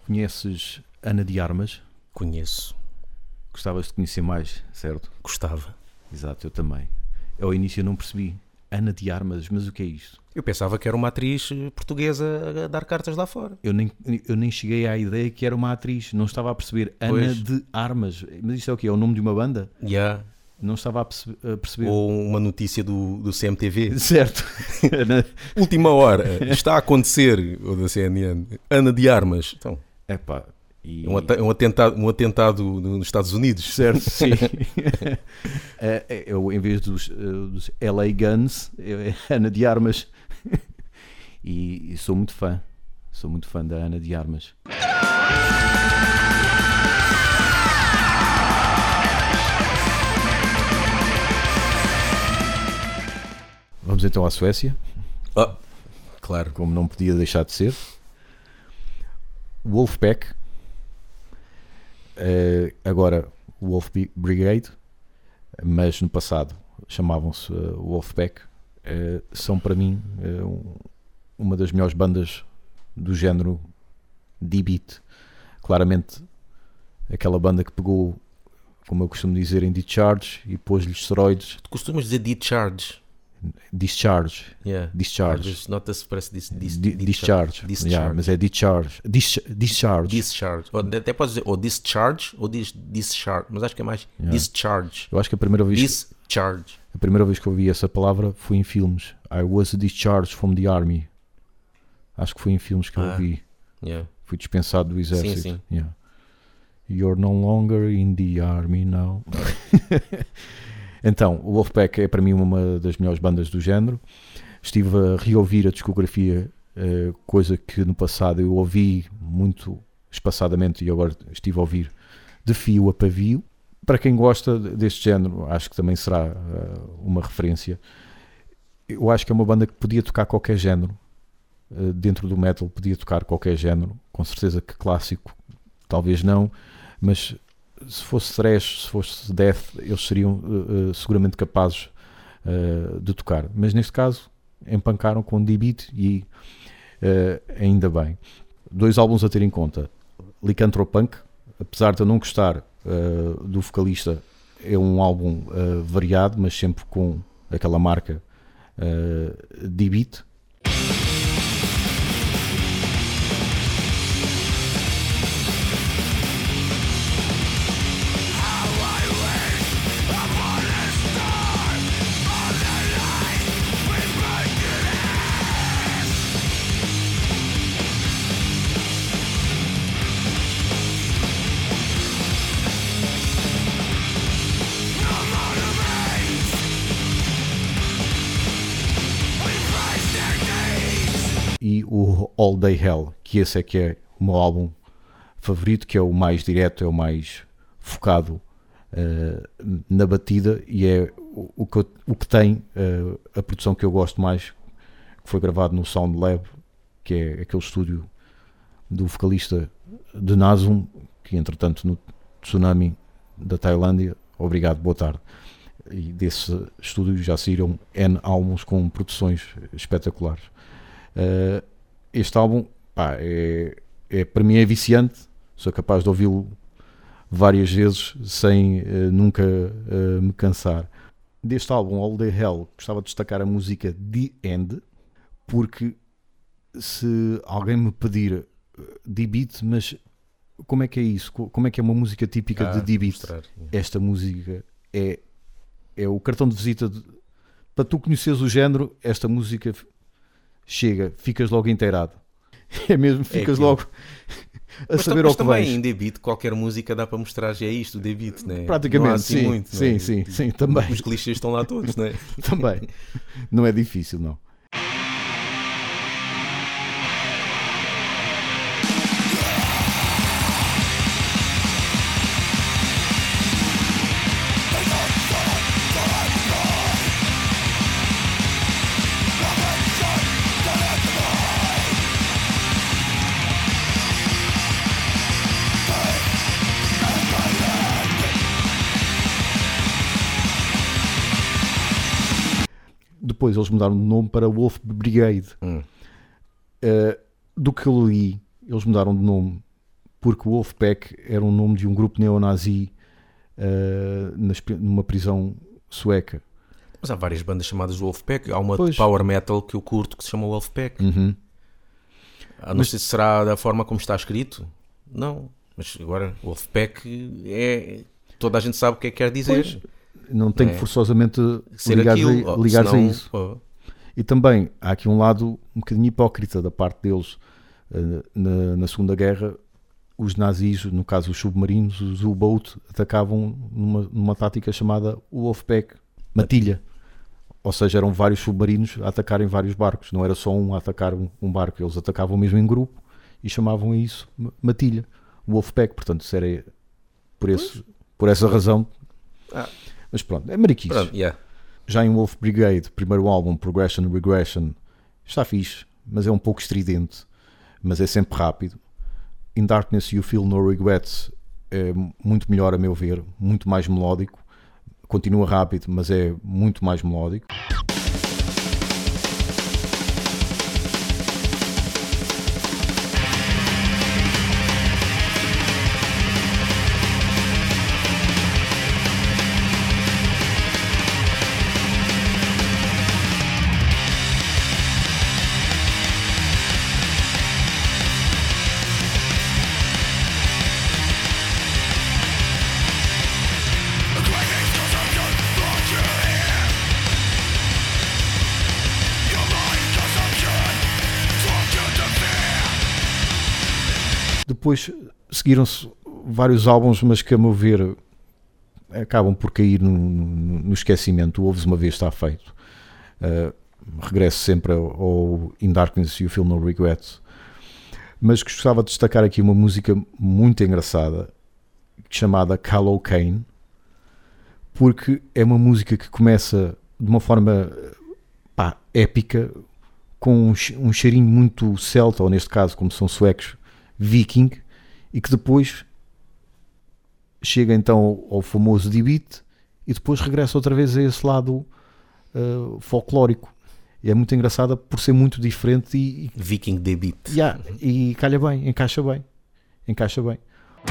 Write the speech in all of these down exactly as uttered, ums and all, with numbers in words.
conheces Ana de Armas? Conheço. Gostavas de conhecer mais, certo? Gostava. Exato, eu também. Ao início eu não percebi. Ana de Armas, mas o que é isto? Eu pensava que era uma atriz portuguesa a dar cartas lá fora. Eu nem, eu nem cheguei à ideia que era uma atriz. Não estava a perceber. Ana Pois. de Armas. Mas isto é o quê? É o nome de uma banda? Yeah. Não estava a perce- a perceber. Ou uma notícia do, do C M T V. Certo. Ana... Última hora. Está a acontecer. Ou da C N N. Ana de Armas. Então, Epá, e... um, ata- um atentado, um atentado nos Estados Unidos. Certo, sim. É, é, eu, em vez dos, eh, dos L A Guns, é Ana de Armas. E, e sou muito fã. Sou muito fã da Ana de Armas. Vamos então à Suécia, Ah, claro. como não podia deixar de ser. Wolfpack, eh, agora Wolf Brigade, mas no passado chamavam-se eh, Wolfpack. Eh, são para mim eh, um- uma das melhores bandas do género D-Beat. Claramente aquela banda que pegou, como eu costumo dizer, em Discharge e pôs-lhe esteroides. Tu costumas dizer discharge. Discharge. Yeah. Discharge. Às Nota-se, parece dis, dis, Di- Discharge. Discharge. Yeah, mas é Discharge. Dis- Discharge. Discharge. Ou até podes dizer ou discharge ou dis, discharge. Mas acho que é mais Yeah. discharge. Eu acho que a primeira vez Discharge. A primeira vez que eu ouvi essa palavra foi em filmes. I was discharged from the army. Acho que foi em filmes que eu Ah. ouvi. Yeah. Fui dispensado do exército. sim. Yeah. You're no longer in the army now. Então, o Wolfpack é para mim uma das melhores bandas do género. Estive a reouvir a discografia, eh, coisa que no passado eu ouvi muito espaçadamente e agora estive a ouvir de fio a pavio. Para quem gosta deste género, acho que também será uh, uma referência. Eu acho que é uma banda que podia tocar qualquer género. Uh, dentro do metal podia tocar qualquer género. Com certeza que clássico, talvez não. Mas se fosse thrash, se fosse death, eles seriam uh, uh, seguramente capazes uh, de tocar. Mas neste caso, empancaram com D-Beat e uh, ainda bem. Dois álbuns a ter em conta. Lycanthropunk, apesar de eu não gostar Uh, do vocalista, é um álbum uh, variado, mas sempre com aquela marca uh, D-Beat. E o All Day Hell, que esse é que é o meu álbum favorito, que é o mais direto, é o mais focado uh, na batida e é o, o, que, eu- o que tem uh, a produção que eu gosto mais, que foi gravado no Sound Lab, que é aquele estúdio do vocalista de Nasum, que entretanto no tsunami da Tailândia. Obrigado, boa tarde. E desse estúdio já saíram N álbuns com produções espetaculares. Uh, este álbum, pá, é, é, para mim é viciante, sou capaz de ouvi-lo várias vezes sem uh, nunca uh, me cansar. Deste álbum, All Day Hell, gostava de destacar a música The End, porque se alguém me pedir uh, D-Beat, mas como é que é isso? Co- Como é que é uma música típica Ah, de D-Beat? mostrar. Esta música é, é o cartão de visita de- para tu conheceres o género. Esta música f- chega, ficas logo inteirado. É mesmo, ficas aquilo. logo a Mas, saber tam- ao mas que também vais. em D-Beat qualquer música dá para mostrar, já é isto, o D-Beat, né? Praticamente, Não há assim sim, muito, sim, né? sim, sim, também. Os clichês estão lá todos, né? Também. Não é difícil, não. Depois eles mudaram de nome para Wolf Brigade. Hum. Uh, do que eu li, eles mudaram de nome porque o Wolfpack era um nome de um grupo neonazi uh, nas, numa prisão sueca. Mas há várias bandas chamadas Wolfpack. Há uma Pois. de power metal que eu curto que se chama Wolfpack. Uhum. Ah, não Mas- sei se será da forma como está escrito. Não. Mas agora, Wolfpack é... Toda a gente sabe o que é que quer dizer. Pois, não tem É. que forçosamente Ser ligar-se aquilo. a, oh, ligar-se senão, a isso. oh, E também há aqui um lado um bocadinho hipócrita da parte deles. Uh, na, na Segunda Guerra, os nazis, no caso os submarinos, os U-boat, atacavam numa, numa tática chamada Wolfpack, matilha. Ou seja, eram vários submarinos a atacarem vários barcos. Não era só um a atacar um, um barco. Eles atacavam mesmo em grupo e chamavam isso ma- matilha. Wolfpack, portanto, isso era por, esse, por essa razão. Ah. Mas pronto, é mariquice. pronto, yeah. Já em Wolf Brigade, primeiro álbum, Progression Regression, está fixe, mas é um pouco estridente, mas é sempre rápido. In Darkness You Feel No Regrets é muito melhor a meu ver, muito mais melódico, continua rápido, mas é muito mais melódico. Depois seguiram-se vários álbuns, mas que a meu ver acabam por cair no, no, no esquecimento. Ouves uma vez, está feito. Uh, regresso sempre ao, ao In Darkness You Feel No Regrets. Mas gostava de destacar aqui uma música muito engraçada chamada Callow Kane, porque é uma música que começa de uma forma pá, épica, com um, um cheirinho muito celta, ou neste caso, como são suecos, viking, e que depois chega então ao, ao famoso D-beat e depois regressa outra vez a esse lado uh, folclórico. E é muito engraçada por ser muito diferente e, e, Viking D-beat. yeah, e calha bem, encaixa bem, encaixa bem.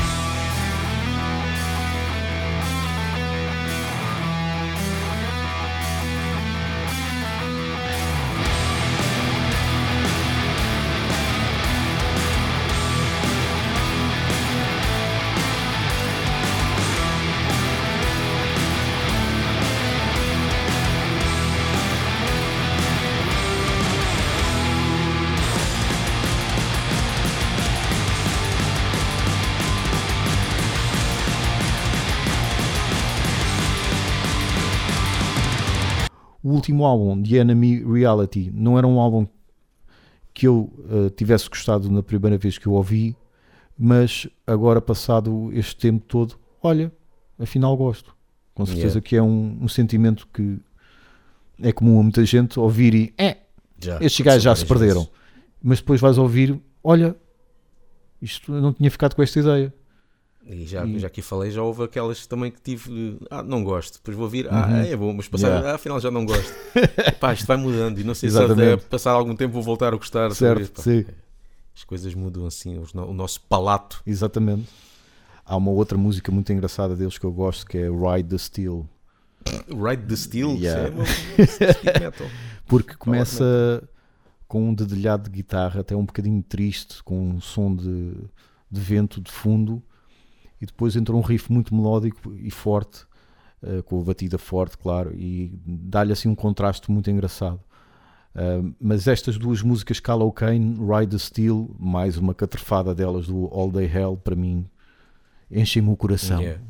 O último álbum, The Enemy Reality, não era um álbum que eu uh, tivesse gostado na primeira vez que eu ouvi, mas agora passado este tempo todo, olha, afinal gosto. Com certeza Yeah. que é um, um sentimento que é comum a muita gente ouvir e é, Já, estes gajos já se várias perderam. vezes. Mas depois vais ouvir, olha, isto eu não tinha ficado com esta ideia. E já, E- já aqui falei, já houve aquelas também que tive, ah, não gosto, depois vou ouvir, ah, Uhum. é bom, mas passar, Yeah. ah, afinal já não gosto. Pá, isto vai mudando e não sei se Exatamente. até passar algum tempo vou voltar a gostar. outra Certo, vez, pá. sim. As coisas mudam assim, os no- o nosso palato. Exatamente. Há uma outra música muito engraçada deles que eu gosto, que é Ride the Steel. Ride the Steel, Yeah. isso é speed metal. Porque começa com um dedilhado de guitarra até um bocadinho triste, com um som de, de vento de fundo, e depois entra um riff muito melódico e forte, uh, com a batida forte, claro, e dá-lhe assim um contraste muito engraçado. Uh, mas estas duas músicas, Callow Kane, Ride the Steel, mais uma catrefada delas do All Day Hell, para mim enchem-me o coração. Yeah.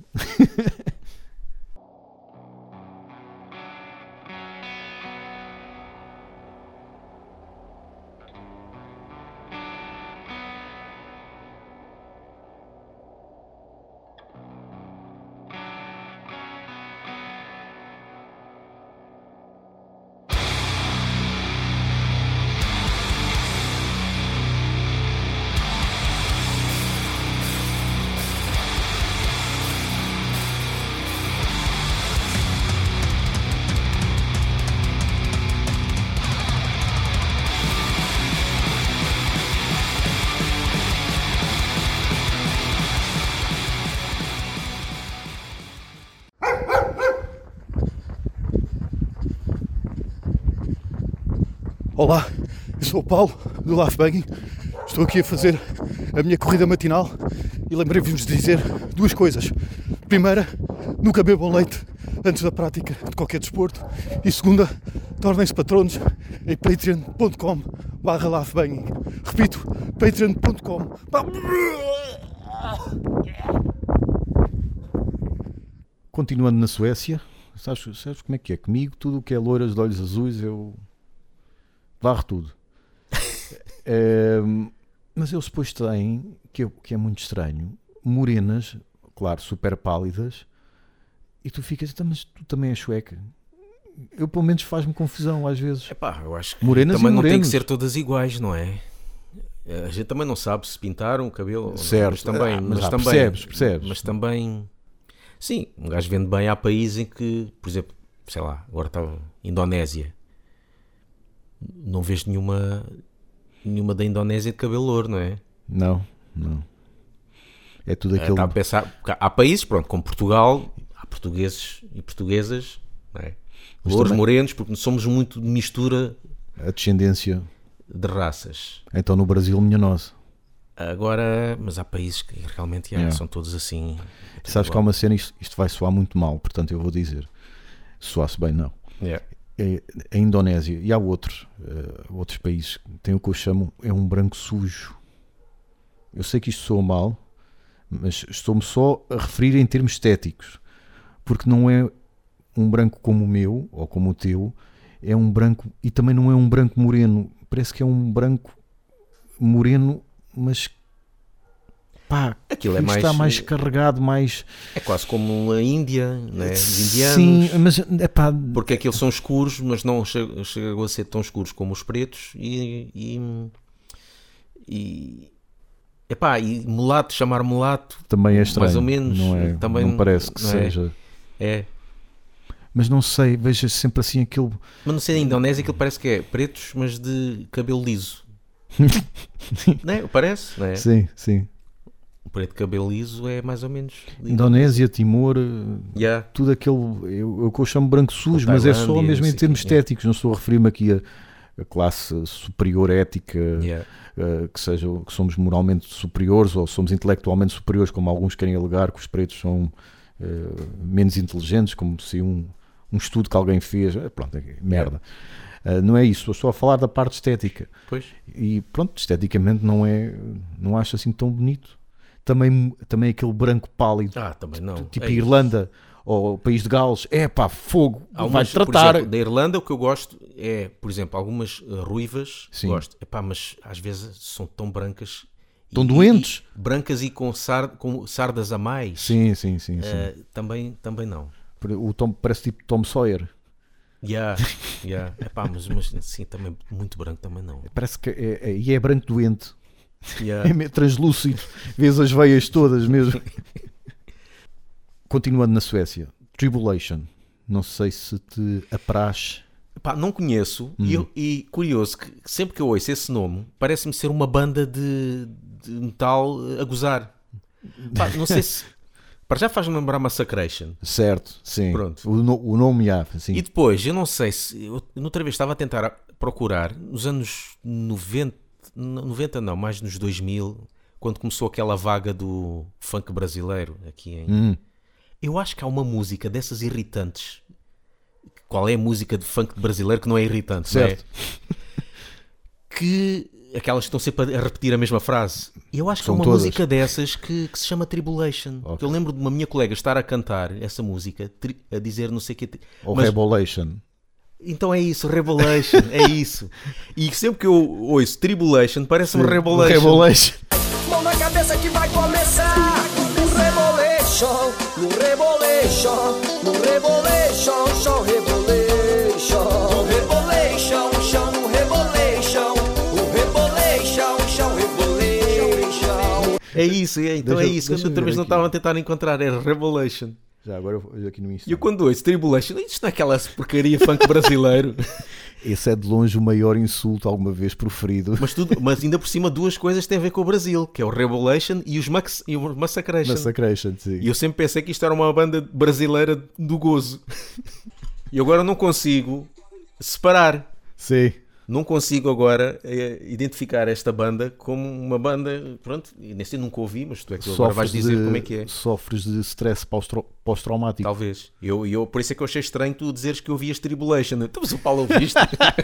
Olá, eu sou o Paulo do Life Banging. Estou aqui a fazer a minha corrida matinal e lembrei-vos de dizer duas coisas. Primeira, nunca bebam leite antes da prática de qualquer desporto. E segunda, tornem-se patronos em patreon ponto com barra lifebanging. Repito, patreon ponto com. Continuando na Suécia, sabes, sabes como é que é? Comigo, tudo o que é loiras de olhos azuis, eu varro tudo. é, mas eles depois têm, que é, que é muito estranho, morenas, claro, super pálidas, e tu ficas, mas tu também és sueca. Eu, pelo menos, faz-me confusão às vezes. Epá, eu acho que morenas também não tem que morenos. ser todas iguais, não é? A gente também não sabe se pintaram o cabelo, certo. mas também, ah, mas mas ah, também, percebes, percebes. Mas também, sim, um gajo vende bem. Há países em que, por exemplo, sei lá, agora está Indonésia, não vês nenhuma nenhuma da Indonésia de cabelo louro, não é? Não, não. É tudo aquilo. Está a pensar, há países, pronto, como Portugal, há portugueses e portuguesas, não é? Louros, morenos, porque somos muito de mistura, a descendência de raças. Então no Brasil, minha nossa. Agora, mas há países que realmente yeah, yeah. são todos assim. É Sabes igual. Que há uma cena, isto, isto vai soar muito mal, portanto eu vou dizer, soasse bem não. Yeah. É, a Indonésia e há outros, uh, outros países que têm o que eu chamo, é um branco sujo. Eu sei que isto soa mal, mas estou-me só a referir em termos estéticos, porque não é um branco como o meu, ou como o teu, é um branco, e também não é um branco moreno, parece que é um branco moreno, mas pá, aquilo é mais, está mais carregado, mais... É quase como a Índia, né? Os indianos. Sim, mas é pá... Porque aqueles são escuros, mas não chegam, chegam a ser tão escuros como os pretos e... e, e epá, e mulato, chamar mulato também é estranho, mais ou menos, não, é, também, não parece que não seja é? É. Mas não sei, veja sempre assim aquele... Mas não sei, na Indonésia aquilo parece que é pretos, mas de cabelo liso. Não é? Parece, não é? Sim, sim. O preto de cabelo liso é mais ou menos... Indonésia, Timor, yeah. tudo aquele... Eu, eu, eu chamo branco sujo, mas é só mesmo em termos estéticos, yeah. Não estou a referir-me aqui a, a classe superior ética, yeah. uh, que, seja, que somos moralmente superiores ou somos intelectualmente superiores, como alguns querem alegar que os pretos são uh, menos inteligentes, como se um... um estudo que alguém fez, pronto, é merda. Uh, não é isso, eu estou a falar da parte estética. Pois. E pronto, esteticamente não é, não acho assim tão bonito. Também, também aquele branco pálido, ah, também não. tipo é Irlanda ou o País de Gales, é pá, fogo, vai tratar. Por exemplo, da Irlanda o que eu gosto é, por exemplo, algumas uh, ruivas, sim. Gosto, epá, mas às vezes são tão brancas. Tão e, doentes. E, brancas e com, sard, com sardas a mais. Sim, sim, sim. Uh, sim. Também, também não. O Tom parece tipo Tom Sawyer. Yeah, yeah. Epá, mas, mas sim, também muito branco também não. Parece que é, é, e é branco doente. Yeah. É meio translúcido. Vês as veias todas mesmo. Continuando na Suécia, Tribulation. Não sei se te apraz. Epá, não conheço hum. e, eu, e curioso que sempre que eu ouço esse nome parece-me ser uma banda de, de metal a gozar. Epá, não sei se para já faz-me lembrar Massacration. Certo, sim. Pronto. O, no, o nome já, sim. E depois, eu não sei se... Eu, outra vez estava a tentar procurar, nos anos noventa, noventa não, mais nos dois mil, quando começou aquela vaga do funk brasileiro aqui em... Hum. Eu acho que há uma música dessas irritantes. Qual é a música de funk brasileiro que não é irritante? Certo. Não é? Que... Aquelas que estão sempre a repetir a mesma frase. E eu acho que São é uma todas. música dessas que, que se chama Tribulation. Okay. Eu lembro de uma minha colega estar a cantar essa música, tri, a dizer não sei o que. Ou mas... Revelation. Então é isso, Revelation, é isso. E sempre que eu ouço Tribulation, parece-me Revelation. Revelation. Mão na cabeça que vai começar no Revelation, no Revelation, no Revelation, show Revelation, no Revelation, show no Revelation, o Revelation, show Revelation. É isso, é, então deixa, é isso. Eu outra vez não aqui. estava a tentar encontrar, era Revelation. Já, agora eu vou aqui no Instagram. E eu quando ouço Tribulation, isto não é aquela porcaria funk brasileiro. Esse é de longe o maior insulto alguma vez proferido. Mas, tudo, mas ainda por cima duas coisas têm a ver com o Brasil, que é o Revelation e, os Max, e o Massacration. Massacration, sim. E eu sempre pensei que isto era uma banda brasileira do gozo. E agora não consigo separar. Sim. não consigo agora eh, identificar esta banda como uma banda, pronto, e nem sei, nunca ouvi, mas tu é que tu agora vais dizer de, como é que é. Sofres de stress pós-traumático. Talvez. Eu, eu, por isso é que eu achei estranho tu dizeres que ouvias Tribulation. Então, mas o Paulo ouviste?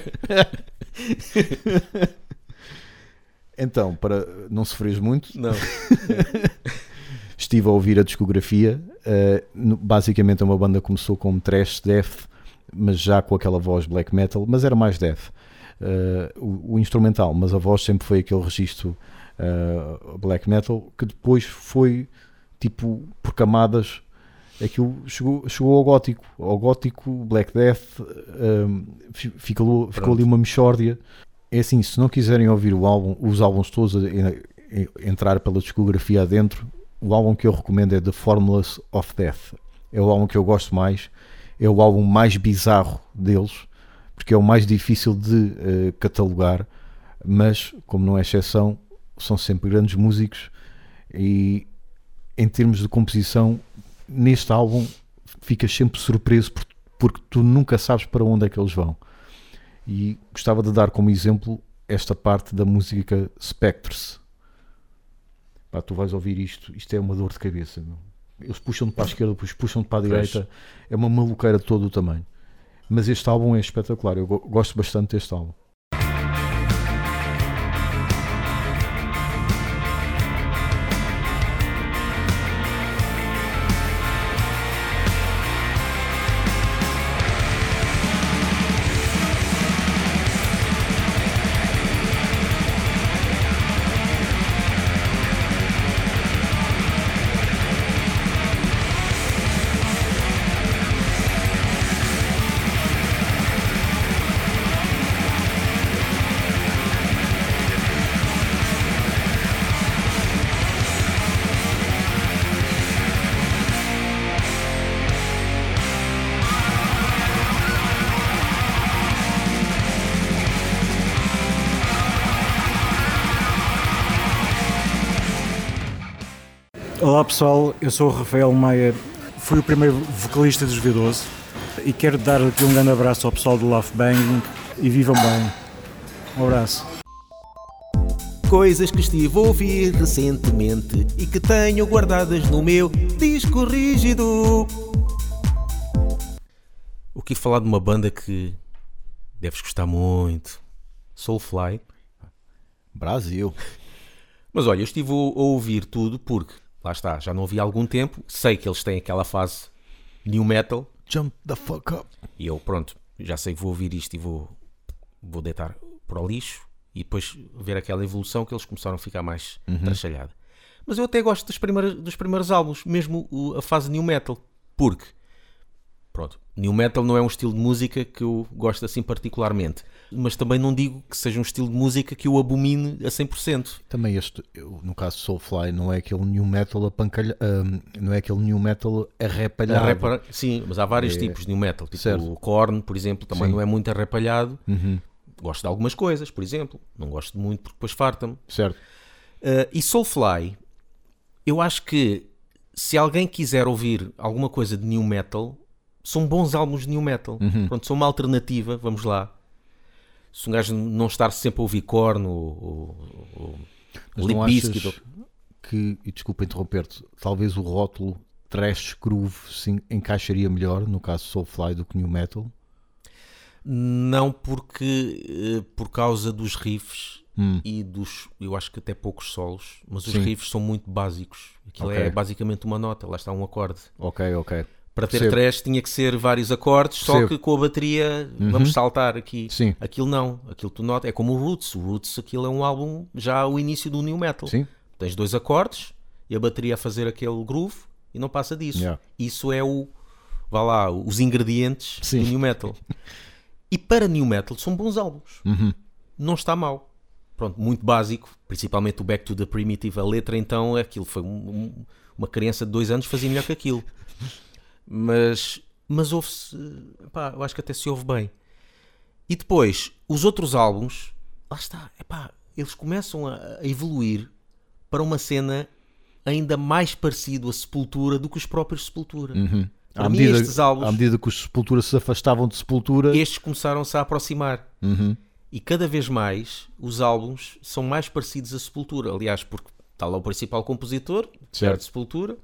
Então, para não sofreres muito, Não. estive a ouvir a discografia. Uh, basicamente é uma banda que começou como thrash death, mas já com aquela voz black metal, mas era mais death. Uh, o, o instrumental, mas a voz sempre foi aquele registro uh, black metal, que depois foi tipo por camadas. Aquilo chegou, chegou ao gótico, ao gótico, black death, um, ficou, ficou ali uma mixórdia. É assim, se não quiserem ouvir o álbum, os álbuns todos, a, a, a entrar pela discografia adentro, o álbum que eu recomendo é The Formulas of Death. É o álbum que eu gosto mais, é o álbum mais bizarro deles, porque é o mais difícil de uh, catalogar, mas, como não é exceção, são sempre grandes músicos e, em termos de composição, neste álbum ficas sempre surpreso porque tu nunca sabes para onde é que eles vão. E gostava de dar como exemplo esta parte da música Spectres. Pá, tu vais ouvir isto, isto é uma dor de cabeça, meu. Eles puxam-te para a esquerda, depois puxam-te para a direita, é uma maluqueira de todo o tamanho. Mas este álbum é espetacular, eu gosto bastante deste álbum. Olá pessoal, eu sou o Rafael Maia, fui o primeiro vocalista dos V doze e quero dar aqui um grande abraço ao pessoal do Laugh Banging e vivam bem. Um abraço. Coisas que estive a ouvir recentemente e que tenho guardadas no meu disco rígido. O que falar de uma banda que deves gostar muito, Soulfly. Brasil. Mas olha, eu estive a ouvir tudo porque, lá está, já não ouvi há algum tempo, sei que eles têm aquela fase new metal. Jump the fuck up. E eu, pronto, já sei que vou ouvir isto e vou, vou deitar para o lixo e depois ver aquela evolução que eles começaram a ficar mais uhum. trachalhada. Mas eu até gosto dos primeiros, dos primeiros álbuns, mesmo o, a fase new metal, porque, pronto, new metal não é um estilo de música que eu gosto assim particularmente, mas também não digo que seja um estilo de música que eu abomine a cem por cento. Também este, no caso Soulfly, não é aquele new metal a pancalha, um, não é aquele new metal arrepalhado. Arrepa, sim, mas há vários é, tipos de new metal, tipo certo. O Korn, por exemplo, também sim. não é muito arrepalhado. Uhum. Gosto de algumas coisas, por exemplo, não gosto muito porque depois farta-me. Certo. Uh, e Soulfly, eu acho que se alguém quiser ouvir alguma coisa de new metal, são bons álbuns de new metal. Uhum. Pronto, são uma alternativa, vamos lá. Se um gajo não estar sempre a ouvir Korn ou, ou, ou Limp Bizkit, que, e desculpa interromper-te, talvez o rótulo thrash groove se encaixaria melhor no caso Soulfly do que new metal? Não, porque por causa dos riffs hum. e dos, eu acho que até poucos solos, mas os Sim. riffs são muito básicos. Aquilo okay. é basicamente uma nota, lá está um acorde. Ok, ok. Para ter thrash tinha que ser vários acordes, só Percebo. que com a bateria uhum. vamos saltar aqui. Sim. Aquilo não, aquilo tu nota, é como o Roots. O Roots, aquilo é um álbum já o início do new metal. Sim. Tens dois acordes e a bateria a fazer aquele groove e não passa disso. Yeah. Isso é o, vá lá, os ingredientes Sim. do new metal. E para new metal são bons álbuns. Uhum. Não está mal. Pronto, muito básico, principalmente o Back to the Primitive. A letra então, aquilo foi um, um, uma criança de dois anos fazia melhor que aquilo. Mas, mas ouve-se, pá, eu acho que até se ouve bem. E depois, os outros álbuns, lá está, epá, eles começam a, a evoluir para uma cena ainda mais parecida a Sepultura do que os próprios Sepultura. Uhum. Para à, mim, medida, estes álbuns, à medida que os Sepultura se afastavam de Sepultura, estes começaram-se a aproximar. Uhum. E cada vez mais os álbuns são mais parecidos a Sepultura. Aliás, porque está lá o principal compositor, certo, de Sepultura.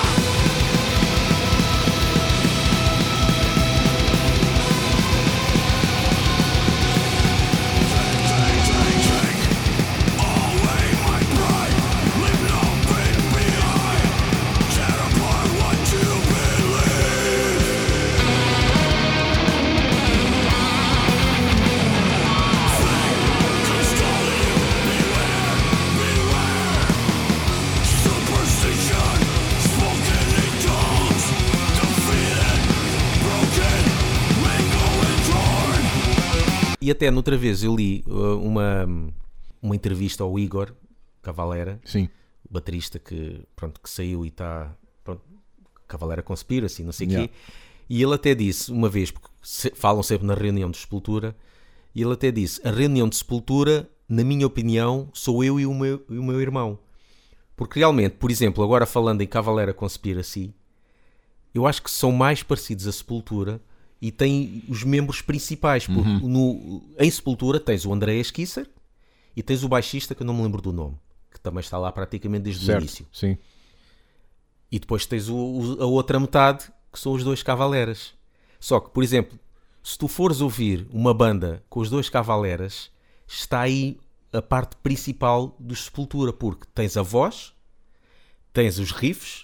E até noutra vez eu li uh, uma, uma entrevista ao Igor Cavalera, Sim. baterista que, pronto, que saiu e está, Cavalera Conspiracy, não sei o Yeah. quê, e ele até disse uma vez, porque se, falam sempre na reunião de Sepultura, e ele até disse, a reunião de Sepultura, na minha opinião, sou eu e o meu, e o meu irmão. Porque realmente, por exemplo, agora falando em Cavalera Conspiracy, eu acho que são mais parecidos a Sepultura e têm os membros principais, porque Uhum. no, em Sepultura tens o Andreas Kisser e tens o baixista, que eu não me lembro do nome, que também está lá praticamente desde Certo. o início. Sim. E depois tens o, o, a outra metade, que são os dois Cavaleras. Só que, por exemplo, se tu fores ouvir uma banda com os dois Cavaleras, está aí a parte principal do Sepultura, porque tens a voz, tens os riffs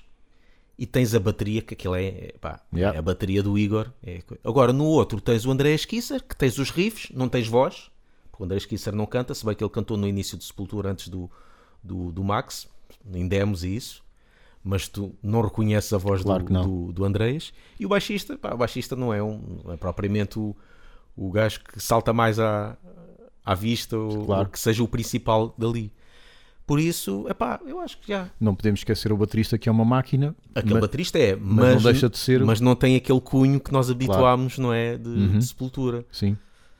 e tens a bateria, que aquilo é, pá, Yeah. é a bateria do Igor. É... Agora, no outro tens o Andreas Kisser, que tens os riffs, não tens voz, porque o Andreas Kisser não canta, se bem que ele cantou no início de Sepultura antes do, do, do Max, em demos e isso, mas tu não reconheces a voz Claro do, que não. do, do Andreas. E o baixista, pá, o baixista não é, um, não é propriamente o, o gajo que salta mais à, à vista, ou, Claro. ou que seja o principal dali. Por isso, epá, eu acho que já... Não podemos esquecer o baterista, que é uma máquina. Aquele mas- baterista é, mas mas, não deixa de ser- mas não tem aquele cunho que nós habituámos, não é, de, Uhum. de Sepultura. Sim.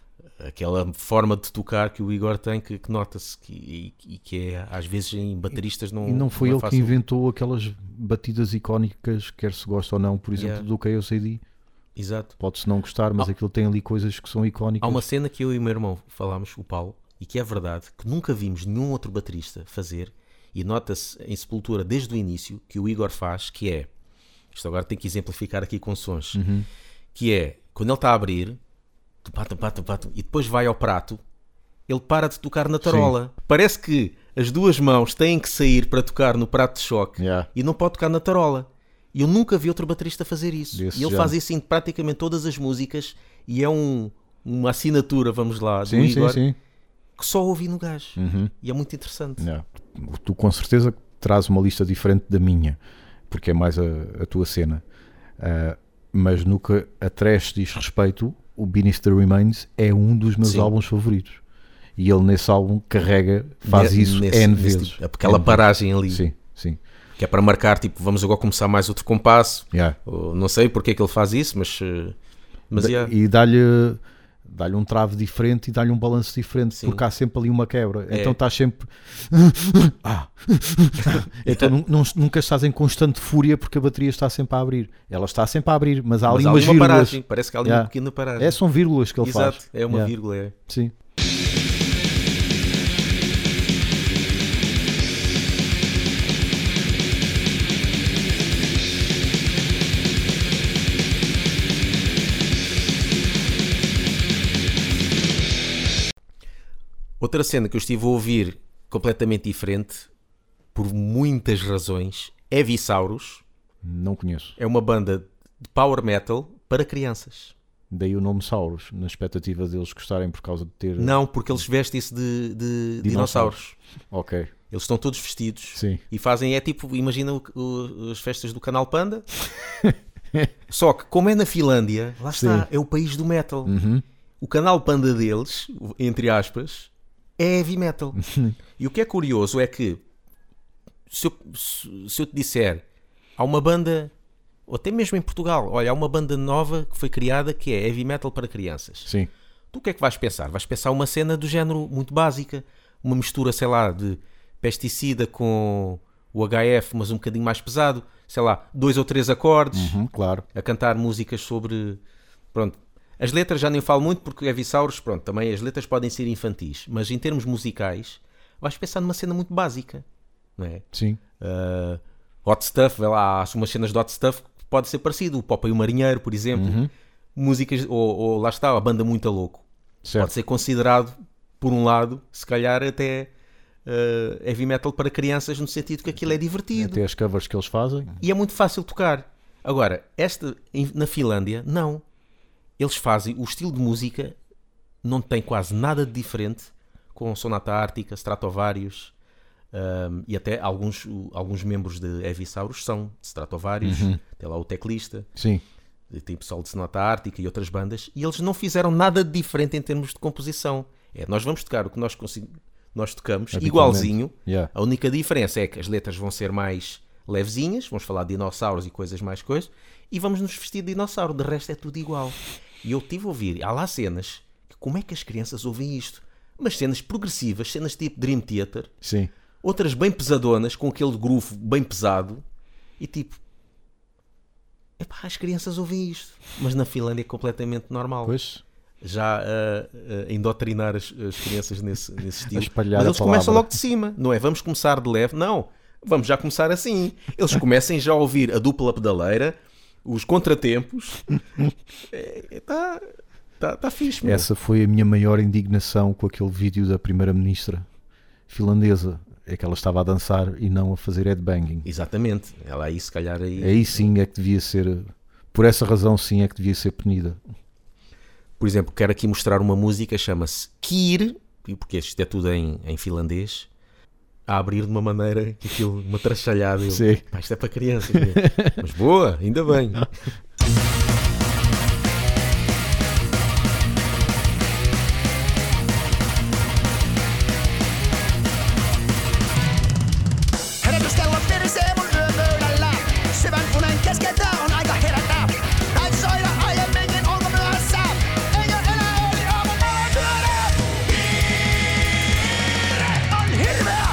Aquela forma de tocar que o Igor tem, que, que nota-se que, e, e que é, às vezes em bateristas não E não foi é ele que fácil. inventou aquelas batidas icónicas, quer se gosta ou não, por exemplo, Yeah. do K O C D. Exato. Pode-se não gostar, mas Há- aquilo tem ali coisas que são icónicas. Há uma cena que eu e o meu irmão falámos, o Paulo, e que é verdade, que nunca vimos nenhum outro baterista fazer, e nota-se em Sepultura desde o início, que o Igor faz, que é, isto agora tem que exemplificar aqui com sons, Uhum. que é, quando ele está a abrir, tupá, tupá, tupá, tupá, e depois vai ao prato, ele para de tocar na tarola. Parece que as duas mãos têm que sair para tocar no prato de choque, Yeah. e não pode tocar na tarola. E eu nunca vi outro baterista fazer isso. Desse e ele género. faz isso em praticamente todas as músicas, e é um, uma assinatura, vamos lá, do Sim, Igor, sim, sim. que só ouvi no gajo. Uhum. E é muito interessante. Yeah. Tu com certeza traz uma lista diferente da minha, porque é mais a, a tua cena. Uh, mas no que a Thrash diz respeito, o Beneath the Remains é um dos meus Sim. álbuns favoritos. E ele nesse álbum carrega, faz Ne- isso nesse- N nesse vezes. tipo, aquela N paragem ali, vezes. Sim, sim. que é para marcar, tipo, vamos agora começar mais outro compasso. Yeah. Ou não sei porque é que ele faz isso, mas, eh, mas Da- yeah. E dá-lhe dá-lhe um trave diferente e dá-lhe um balanço diferente, Sim. porque há sempre ali uma quebra. É. Então estás sempre. Ah. Então nu- não- nunca estás em constante fúria porque a bateria está sempre a abrir. Ela está sempre a abrir, mas há Mas ali há umas ali uma vírgulas. paragem, parece que há ali Yeah. uma pequena paragem. É, são vírgulas que ele Exato, faz. é uma Yeah. vírgula. É. Sim. Outra cena que eu estive a ouvir completamente diferente, por muitas razões, é Visaurus. Não conheço. É uma banda de power metal para crianças. Daí o nome Sauros, na expectativa deles gostarem por causa de ter. Não, porque eles vestem-se de, de dinossauros. Ok. Eles estão todos vestidos Sim. e fazem, é tipo, imagina o- o- as festas do Canal Panda. Só que, como é na Finlândia, lá está, Sim. é o país do metal. Uhum. O Canal Panda deles, entre aspas, é heavy metal. E o que é curioso é que, se eu, se, se eu te disser, há uma banda, ou até mesmo em Portugal, olha, há uma banda nova que foi criada que é heavy metal para crianças. Sim. Tu o que é que vais pensar? Vais pensar uma cena do género muito básica, uma mistura, sei lá, de pesticida com o H F, mas um bocadinho mais pesado, sei lá, dois ou três acordes, Uhum, claro. a cantar músicas sobre, pronto, As letras já nem falo muito porque Heavy Saurus, pronto, também as letras podem ser infantis, mas em termos musicais vais pensar numa cena muito básica, não é? Sim. Uh, hot Stuff, vê lá, há umas cenas de Hot Stuff que pode ser parecido, o Popeye e o Marinheiro, por exemplo, Uhum. músicas, ou, ou lá está, a banda Muito a Louco, Certo. pode ser considerado, por um lado, se calhar até uh, heavy metal para crianças, no sentido que aquilo é divertido. Até as covers que eles fazem. E é muito fácil tocar. Agora, esta em- na Finlândia, não. Eles fazem, o estilo de música não tem quase nada de diferente com Sonata Ártica, Stratovarius, um, e até alguns, o- alguns membros de Heavy Saurus são de Stratovarius, tem lá o teclista, Sim. tem pessoal de Sonata Ártica e outras bandas, e eles não fizeram nada de diferente em termos de composição. É, nós vamos tocar o que nós, consi- nós tocamos, Habitualmente. igualzinho. Yeah. A única diferença é que as letras vão ser mais levezinhas, vamos falar de dinossauros e coisas mais coisas, e vamos nos vestir de dinossauro, de resto é tudo igual. E eu tive a ouvir, há lá cenas, que como é que as crianças ouvem isto? Mas cenas progressivas, cenas tipo Dream Theater, Sim. outras bem pesadonas, com aquele groove bem pesado, e tipo, epá, as crianças ouvem isto. Mas na Finlândia é completamente normal. Pois. Já a, a indoctrinar as, as crianças nesse, nesse estilo. espalhar Mas a eles começam palavra. logo de cima, não é? Vamos começar de leve, não. Vamos já começar assim. Eles comecem já a ouvir a dupla pedaleira, os contratempos. Está tá, tá fixe, meu. Essa foi a minha maior indignação com aquele vídeo da primeira-ministra finlandesa. É que ela estava a dançar e não a fazer headbanging. Exatamente. Ela aí, se calhar, aí... Aí sim é que devia ser, por essa razão sim é que devia ser punida. Por exemplo, quero aqui mostrar uma música, chama-se Kir, porque isto é tudo em, em finlandês, a abrir de uma maneira que aquilo, uma trachalhada. Eu, Sim. pá, isto é para crianças. Né? Mas boa, ainda bem. Herätyskello pirisee mun yöpöydällä. Syvänpunen keskeltä on aika herätä. Täytyy soida aiemminkin, onko myöhässä? Ei oo enää eli aamu, mulla on syödä. Kiire on hirveä.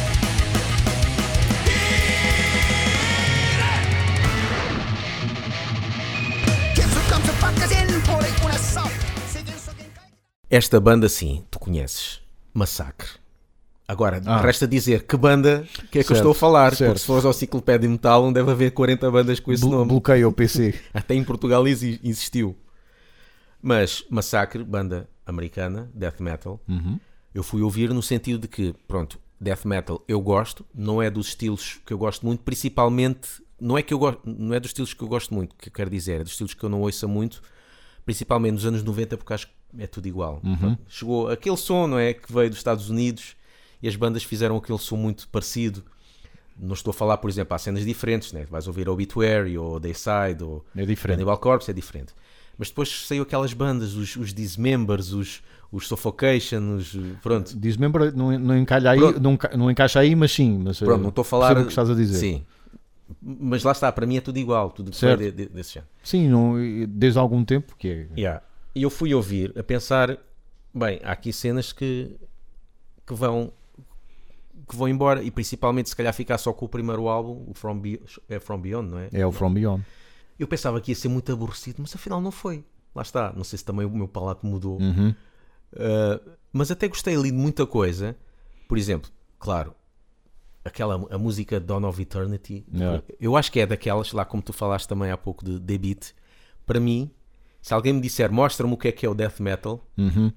Kiire. Kipsut kampsut pakkasin puolikunessa. Sikin sokin kaikki. Esta banda, sim, tu conheces. Massacre. Agora, Ah. resta dizer que banda que é que eu Certo, estou a falar. certo. Porque se fores ao Enciclopédia Metal, não deve haver quarenta bandas com esse Blo- nome. Bloqueia o P C. Até em Portugal exi- existiu. Mas Massacre, banda americana, death metal, eu fui ouvir no sentido de que, pronto, death metal eu gosto, não é dos estilos que eu gosto muito, principalmente, não é que eu gosto, não é dos estilos que eu gosto muito, que eu quero dizer, é dos estilos que eu não ouço muito, principalmente nos anos noventa, porque acho que é tudo igual. Chegou aquele som, não é, que veio dos Estados Unidos e as bandas fizeram aquele som muito parecido. Não estou a falar, por exemplo, há cenas diferentes, né? Vais ouvir Obituary ou Dayside ou É diferente. Cannibal Corpse, é diferente. Mas depois saiu aquelas bandas, os, os Dismembers, os, os Suffocation, os, pronto. Dismember não, não, encalha aí, Pronto. não, enca- não encaixa aí, mas sim. Mas, Pronto, eh, não estou a falar... percebo o que estás a dizer. Sim. Mas lá está, para mim é tudo igual, tudo que foi Certo. de, de, desse género. Sim, não, desde há algum tempo que é. Yeah. E eu fui ouvir, a pensar, bem, há aqui cenas que, que vão que vão embora, e principalmente se calhar ficar só com o primeiro álbum, o From, Be- é From Beyond, não é? É o From Beyond. Eu pensava que ia ser muito aborrecido, mas afinal não foi. Lá está, não sei se também o meu palato mudou. Uhum. Uh, mas até gostei ali de muita coisa. Por exemplo, claro, aquela a música Dawn of Eternity, Yeah. eu acho que é daquelas, lá como tu falaste também há pouco de The Beat. Para mim, se alguém me disser, mostra-me o que é que é o death metal, Uhum.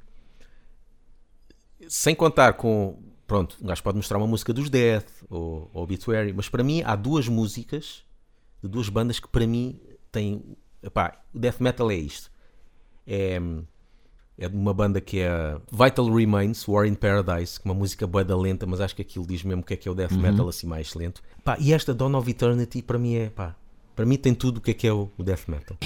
sem contar com, pronto, um gajo pode mostrar uma música dos Death ou, ou Obituary, mas para mim há duas músicas de duas bandas que para mim têm, epá, o death metal é isto, é, é de uma banda que é Vital Remains, War in Paradise, que é uma música bué da lenta, mas acho que aquilo diz mesmo o que é que é o death metal assim mais lento. Pá, e esta Dawn of Eternity para mim é, pá, para mim tem tudo o que é que é o, o death metal.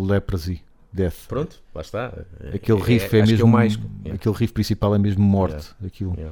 Leprosy, Death. Pronto, lá está. Aquele riff é, é, é mesmo. É mais, yeah. Aquele riff principal é mesmo morte. Yeah. Aquilo. Yeah.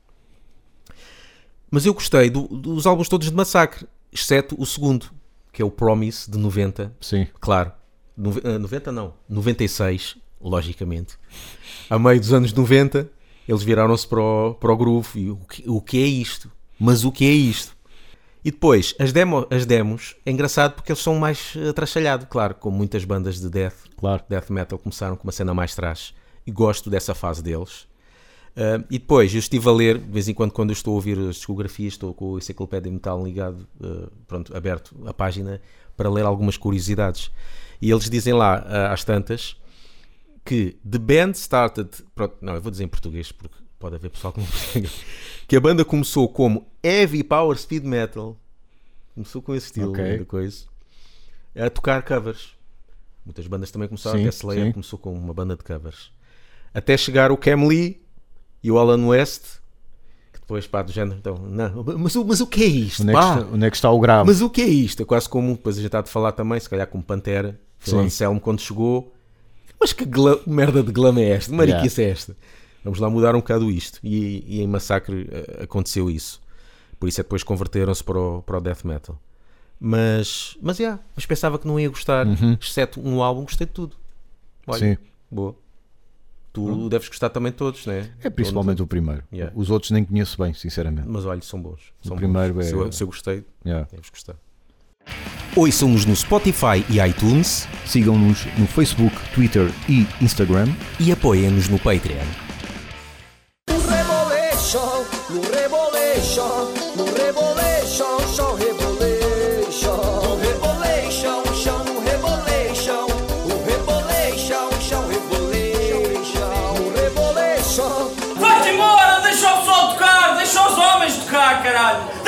Mas eu gostei do, dos álbuns todos de Massacre, exceto o segundo, que é o Promise de noventa. Sim. Claro. noventa não, noventa e seis, logicamente. A meio dos anos noventa, eles viraram-se para o, para o groove. E o que, o que é isto? Mas o que é isto? E depois, as, demo, as demos, é engraçado porque eles são mais atrachalhados, claro, como muitas bandas de death, claro. death metal começaram com uma cena mais trash. E gosto dessa fase deles. Uh, e depois, eu estive a ler, de vez em quando, quando eu estou a ouvir as discografias, estou com o Enciclopédia Metal ligado, uh, pronto, aberto a página, para ler algumas curiosidades. E eles dizem lá, uh, às tantas, que the band started... Pronto, não, eu vou dizer em português, porque pode haver pessoal que não percebe. Que a banda começou como heavy power speed metal, começou com esse estilo, okay. de coisa, a tocar covers. Muitas bandas também começaram, sim, até Slayer sim. começou com uma banda de covers. Até chegar o Cam Lee e o Alan West, que depois, pá, do género, então, não, mas, mas o que é isto? Onde é que, está, onde é que está o grave? Mas o que é isto? É quase como, depois a gente está de falar também, se calhar como Pantera, Phil Anselmo quando chegou, mas que gla- merda de glam é esta? Mariquice yeah. é esta? Vamos lá mudar um bocado isto. E, e em Massacre uh, aconteceu isso. Por isso é que depois converteram-se para o, para o death metal. Mas, mas, yeah, mas pensava que não ia gostar, uhum. exceto um álbum, gostei de tudo. Olha, sim. Boa. Tu uhum. deves gostar também de todos, não é? É principalmente o primeiro. Yeah. Os outros nem conheço bem, sinceramente. Mas olha, são bons. São o primeiro bons. É... Se, eu, se eu gostei, yeah. deves gostar. Ouçam-nos no Spotify e iTunes. Sigam-nos no Facebook, Twitter e Instagram. E apoiem-nos no Patreon. No Rebolation, no Rebolation, no Rebolation, show Rebolation. No Rebolation, show no Rebolation. No Rebolation, show Rebolation. No Rebolation. Vai-te embora, deixa o pessoal tocar, deixa os homens tocar, caralho.